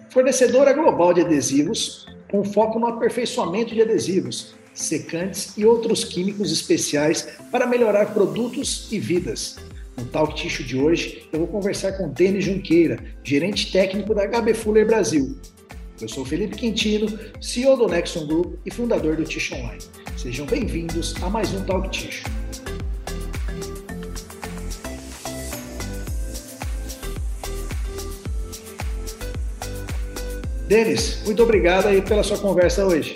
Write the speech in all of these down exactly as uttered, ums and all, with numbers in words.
Fornecedora global de adesivos, com foco no aperfeiçoamento de adesivos, secantes e outros químicos especiais para melhorar produtos e vidas. No Talk Tissue de hoje, eu vou conversar com Denis Junqueira, gerente técnico da H B Fuller Brasil. Eu sou Felipe Quintino, C E O do Nexon Group e fundador do Tissue Online. Sejam bem-vindos a mais um Talk Tissue. Denis, muito obrigado aí pela sua conversa hoje.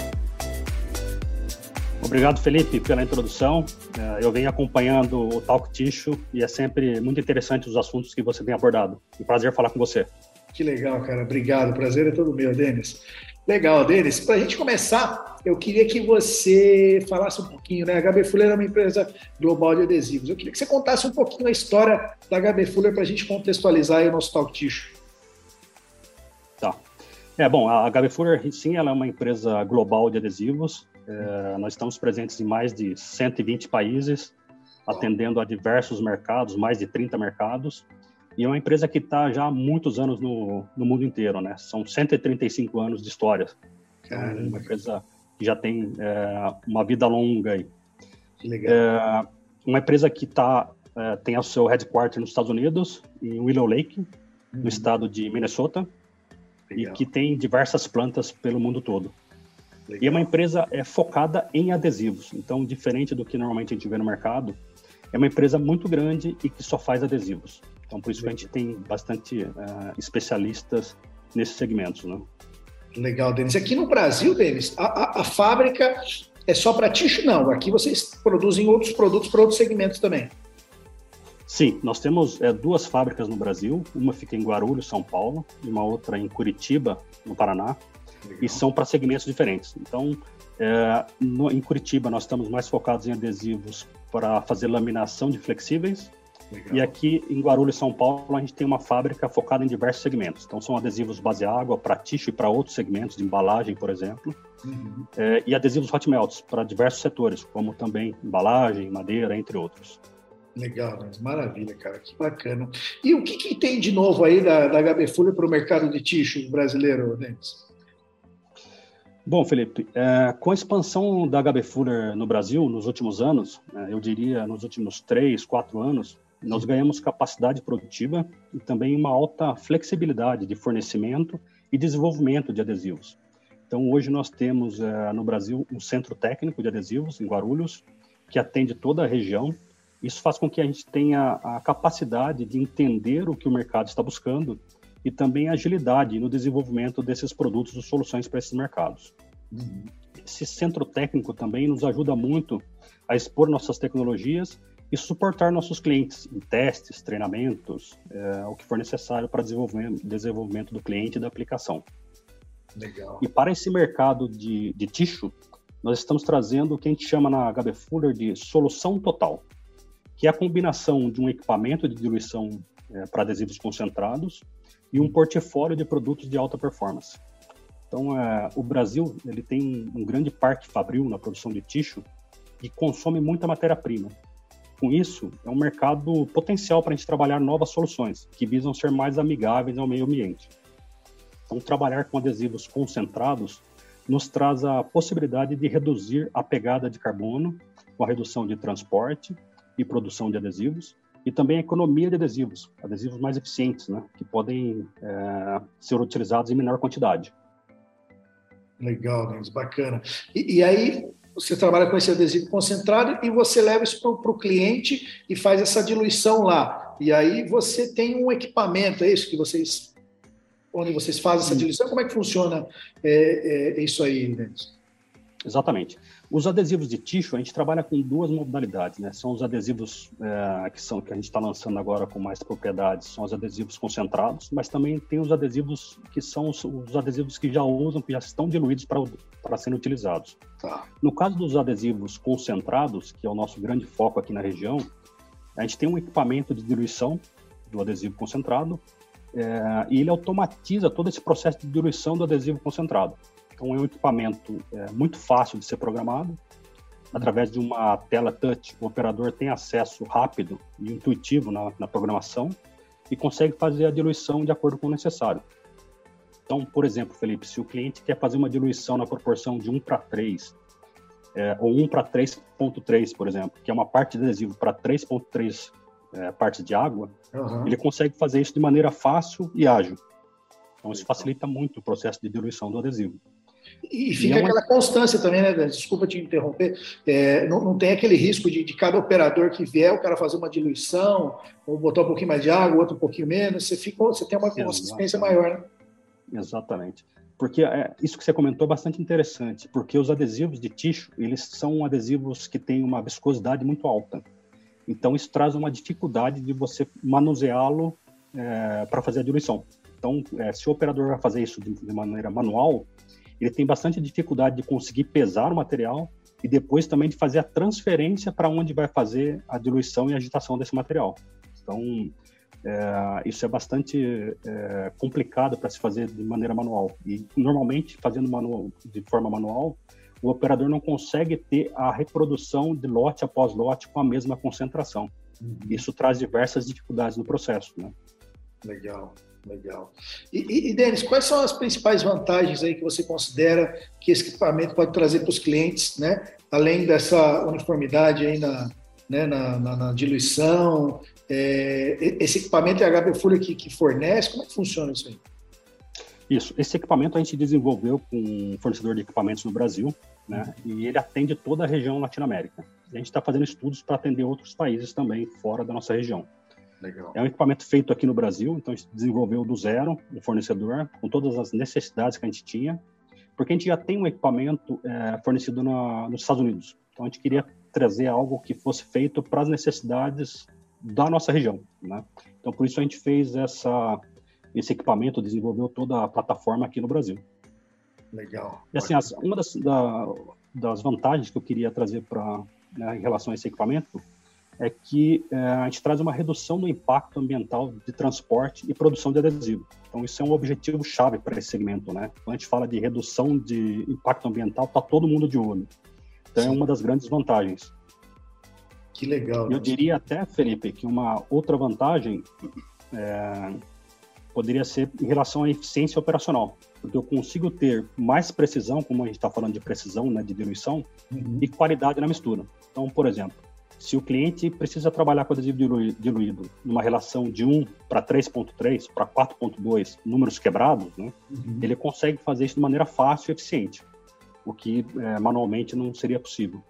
Obrigado, Felipe, pela introdução. Eu venho acompanhando o Talk Tissue e é sempre muito interessante os assuntos que você tem abordado. Um prazer falar com você. Que legal, cara. Obrigado. O prazer é todo meu, Denis. Legal, Denis. Para a gente começar, eu queria que você falasse um pouquinho, né? A H B Fuller é uma empresa global de adesivos. Eu queria que você contasse um pouquinho a história da H B Fuller para a gente contextualizar aí o nosso Talk Tissue. Tá. É, bom, a H B Fuller, sim, ela é uma empresa global de adesivos. É, nós estamos presentes em mais de cento e vinte países, atendendo a diversos mercados, mais de trinta mercados. E é uma empresa que está já há muitos anos no, no mundo inteiro, né? São cento e trinta e cinco anos de história. Caramba. Uma empresa que já tem é, uma vida longa aí. Que legal. É, uma empresa que tá, é, tem o seu headquarter nos Estados Unidos, em Willow Lake, uhum. no estado de Minnesota. Legal. E que tem diversas plantas pelo mundo todo. Legal. E é uma empresa é, focada em adesivos. Então, diferente do que normalmente a gente vê no mercado, é uma empresa muito grande e que só faz adesivos. Então, por isso que a gente tem bastante uh, especialistas nesses segmentos, né? Legal, Denis. Aqui no Brasil, Denis, a, a, a fábrica é só para tixo? Não. Aqui vocês produzem outros produtos para outros segmentos também. Sim, nós temos é, duas fábricas no Brasil. Uma fica em Guarulhos, São Paulo, e uma outra em Curitiba, no Paraná. Legal. E são para segmentos diferentes. Então, é, no, em Curitiba, nós estamos mais focados em adesivos para fazer laminação de flexíveis. Legal. E aqui em Guarulhos, São Paulo, a gente tem uma fábrica focada em diversos segmentos. Então, são adesivos base água para tixo e para outros segmentos, de embalagem, por exemplo. Uhum. É, e adesivos hot melts para diversos setores, como também embalagem, madeira, entre outros. Legal, mas maravilha, cara, que bacana. E o que, que tem de novo aí da, da H B Fuller para o mercado de tixo brasileiro, Denis? Bom, Felipe, é, com a expansão da H B Fuller no Brasil nos últimos anos, é, eu diria nos últimos três, quatro anos, nós ganhamos capacidade produtiva e também uma alta flexibilidade de fornecimento e desenvolvimento de adesivos. Então, hoje nós temos é, no Brasil um centro técnico de adesivos em Guarulhos, que atende toda a região. Isso faz com que a gente tenha a capacidade de entender o que o mercado está buscando e também agilidade no desenvolvimento desses produtos e soluções para esses mercados. Uhum. Esse centro técnico também nos ajuda muito a expor nossas tecnologias e suportar nossos clientes em testes, treinamentos, é, o que for necessário para desenvolvimento, desenvolvimento do cliente e da aplicação. Legal. E para esse mercado de, de tixo, nós estamos trazendo o que a gente chama na H B Fuller de solução total, que é a combinação de um equipamento de diluição é, para adesivos concentrados e um portfólio de produtos de alta performance. Então, é, o Brasil ele tem um grande parque fabril na produção de tixo e consome muita matéria-prima. Com isso, é um mercado potencial para a gente trabalhar novas soluções que visam ser mais amigáveis ao meio ambiente. Então, trabalhar com adesivos concentrados nos traz a possibilidade de reduzir a pegada de carbono com a redução de transporte e produção de adesivos, e também a economia de adesivos, adesivos mais eficientes, né, que podem é, ser utilizados em menor quantidade. Legal, Denis, bacana. E, e aí, você trabalha com esse adesivo concentrado e você leva isso para o cliente e faz essa diluição lá. E aí você tem um equipamento, é isso que vocês, onde vocês fazem essa diluição? Como é que funciona é, é, isso aí, Denis? Exatamente. Os adesivos de tixo, a gente trabalha com duas modalidades, né? São os adesivos é, que, são, que a gente está lançando agora com mais propriedades, são os adesivos concentrados, mas também tem os adesivos que são os, os adesivos que já usam, que já estão diluídos para serem utilizados. Tá. No caso dos adesivos concentrados, que é o nosso grande foco aqui na região, a gente tem um equipamento de diluição do adesivo concentrado é, e ele automatiza todo esse processo de diluição do adesivo concentrado. Então, é um equipamento é, muito fácil de ser programado. Através de uma tela touch, o operador tem acesso rápido e intuitivo na, na programação e consegue fazer a diluição de acordo com o necessário. Então, por exemplo, Felipe, se o cliente quer fazer uma diluição na proporção de um para três, é, ou um para três ponto três, por exemplo, que é uma parte de adesivo para três ponto três é, partes de água, uhum. ele consegue fazer isso de maneira fácil e ágil. Então, isso facilita muito o processo de diluição do adesivo. E fica e é uma... aquela constância também, né? Desculpa te interromper. É, não, não tem aquele risco de, de cada operador que vier, o cara fazer uma diluição, ou botar um pouquinho mais de água, outro um pouquinho menos. Você, fica, você tem uma consistência maior, né? Exatamente. Porque é, isso que você comentou é bastante interessante, porque os adesivos de tixo, eles são adesivos que têm uma viscosidade muito alta. Então, isso traz uma dificuldade de você manuseá-lo é, para fazer a diluição. Então, é, se o operador vai fazer isso de, de maneira manual, ele tem bastante dificuldade de conseguir pesar o material e depois também de fazer a transferência para onde vai fazer a diluição e agitação desse material. Então, é, isso é bastante é, complicado para se fazer de maneira manual. E, normalmente, fazendo manual, de forma manual, o operador não consegue ter a reprodução de lote após lote com a mesma concentração. Uhum. Isso traz diversas dificuldades no processo, né? Legal. Legal. E, e, e Denis, quais são as principais vantagens aí que você considera que esse equipamento pode trazer para os clientes, né? Além dessa uniformidade aí na, né, na, na, na diluição, é, esse equipamento é a H B Fuller que, que fornece, como é que funciona isso aí? Isso, esse equipamento a gente desenvolveu com um fornecedor de equipamentos no Brasil, né? E ele atende toda a região Latino-América. A gente está fazendo estudos para atender outros países também fora da nossa região. Legal. É um equipamento feito aqui no Brasil, então a gente desenvolveu do zero um fornecedor, com todas as necessidades que a gente tinha, porque a gente já tem um equipamento é, fornecido na, nos Estados Unidos. Então a gente queria trazer algo que fosse feito para as necessidades da nossa região, né? Então por isso a gente fez essa, esse equipamento, desenvolveu toda a plataforma aqui no Brasil. Legal. E assim, as, uma das, da, das vantagens que eu queria trazer para, né, em relação a esse equipamento é que é, a gente traz uma redução do impacto ambiental de transporte e produção de adesivo. Então, isso é um objetivo-chave para esse segmento, né? Quando a gente fala de redução de impacto ambiental, está todo mundo de olho. Então, Sim. é uma das grandes vantagens. Que legal. Eu né? diria até, Felipe, que uma outra vantagem é, poderia ser em relação à eficiência operacional, porque eu consigo ter mais precisão, como a gente está falando de precisão, né, de diluição, uhum. e qualidade na mistura. Então, por exemplo, se o cliente precisa trabalhar com adesivo diluído numa relação de um para três ponto três, para quatro ponto dois, números quebrados, né, uhum. ele consegue fazer isso de maneira fácil e eficiente, o que é, manualmente não seria possível.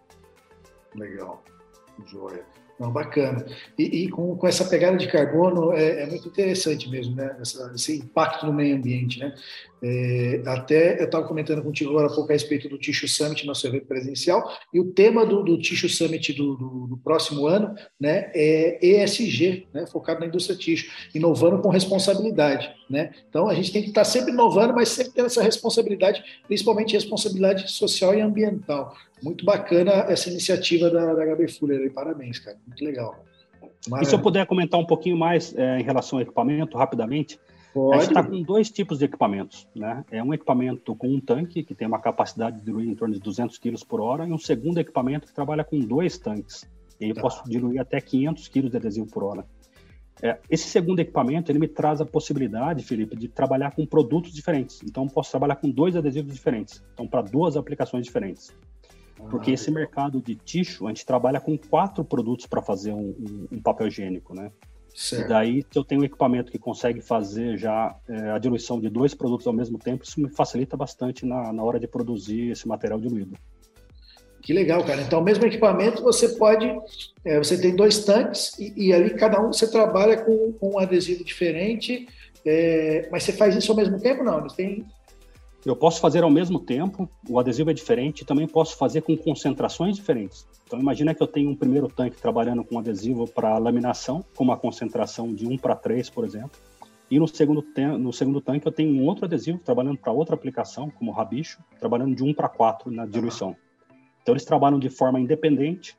Legal, joia. Não, bacana. E, e com, com essa pegada de carbono é, é muito interessante mesmo, né? Essa, esse impacto no meio ambiente, né? É, até eu estava comentando contigo agora há pouco a respeito do Tixo Summit, nosso evento presencial, e o tema do, do Tixo Summit do, do, do próximo ano, né, é E S G, né, focado na indústria tixo, inovando com responsabilidade, né? Então a gente tem que estar sempre inovando, mas sempre tendo essa responsabilidade, principalmente responsabilidade social e ambiental. Muito bacana essa iniciativa da, da H B Fuller aí, parabéns, cara, muito legal. Maravilha. E se eu puder comentar um pouquinho mais é, em relação ao equipamento, rapidamente, Pode. A gente está com dois tipos de equipamentos, né? É um equipamento com um tanque, que tem uma capacidade de diluir em torno de duzentos quilos por hora, e um segundo equipamento que trabalha com dois tanques. E aí eu tá. posso diluir até quinhentos quilos de adesivo por hora. É, esse segundo equipamento, ele me traz a possibilidade, Felipe, de trabalhar com produtos diferentes. Então, eu posso trabalhar com dois adesivos diferentes. Então, para duas aplicações diferentes. Porque ah, esse legal. mercado de tixo, a gente trabalha com quatro produtos para fazer um, um, um papel higiênico, né? Certo. E daí, se eu tenho um equipamento que consegue fazer já é, a diluição de dois produtos ao mesmo tempo, isso me facilita bastante na, na hora de produzir esse material diluído. Que legal, cara. Então, o mesmo equipamento, você pode... É, você tem dois tanques e, e ali cada um você trabalha com, com um adesivo diferente, é, mas você faz isso ao mesmo tempo? Não, eles têm... Eu posso fazer ao mesmo tempo, o adesivo é diferente, também posso fazer com concentrações diferentes. Então, imagina que eu tenho um primeiro tanque trabalhando com adesivo para laminação, com uma concentração de um para três, por exemplo. E no segundo, no segundo tanque eu tenho um outro adesivo trabalhando para outra aplicação, como rabicho, trabalhando de um para quatro na diluição. Então, eles trabalham de forma independente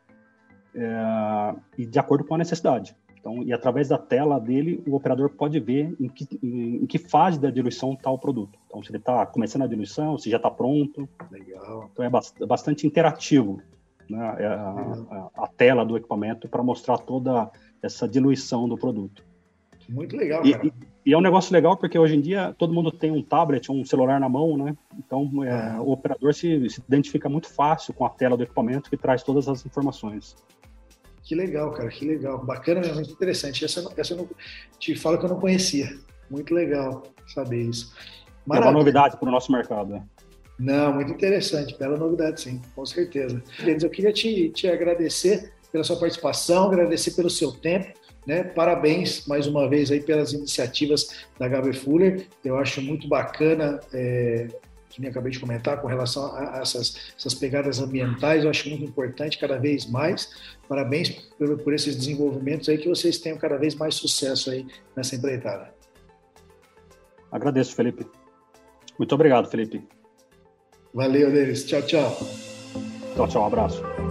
é, e de acordo com a necessidade. Então, e através da tela dele, o operador pode ver em que, em, em que fase da diluição está o produto. Então, se ele está começando a diluição, se já está pronto. Legal. Então, é bastante, bastante interativo, né, é a, a, a tela do equipamento para mostrar toda essa diluição do produto. Muito legal, e, cara. E é um negócio legal porque hoje em dia todo mundo tem um tablet, um celular na mão, né? Então é, o operador se, se identifica muito fácil com a tela do equipamento que traz todas as informações. Que legal, cara, que legal. Bacana mesmo, muito interessante. Essa, essa eu não, te falo que eu não conhecia. Muito legal saber isso. Maravilha. É uma novidade para o nosso mercado. Né? Não, muito interessante. Bela novidade, sim, com certeza. Denis, eu queria te, te agradecer pela sua participação, agradecer pelo seu tempo. Né? Parabéns mais uma vez aí pelas iniciativas da H B Fuller. Eu acho muito bacana, é, que nem acabei de comentar, com relação a essas, essas pegadas ambientais. Eu acho muito importante cada vez mais. Parabéns por, por esses desenvolvimentos aí, que vocês tenham cada vez mais sucesso aí nessa empreitada. Agradeço, Felipe. Muito obrigado, Felipe. Valeu, Denis. Tchau, tchau. Tchau, tchau. Um abraço.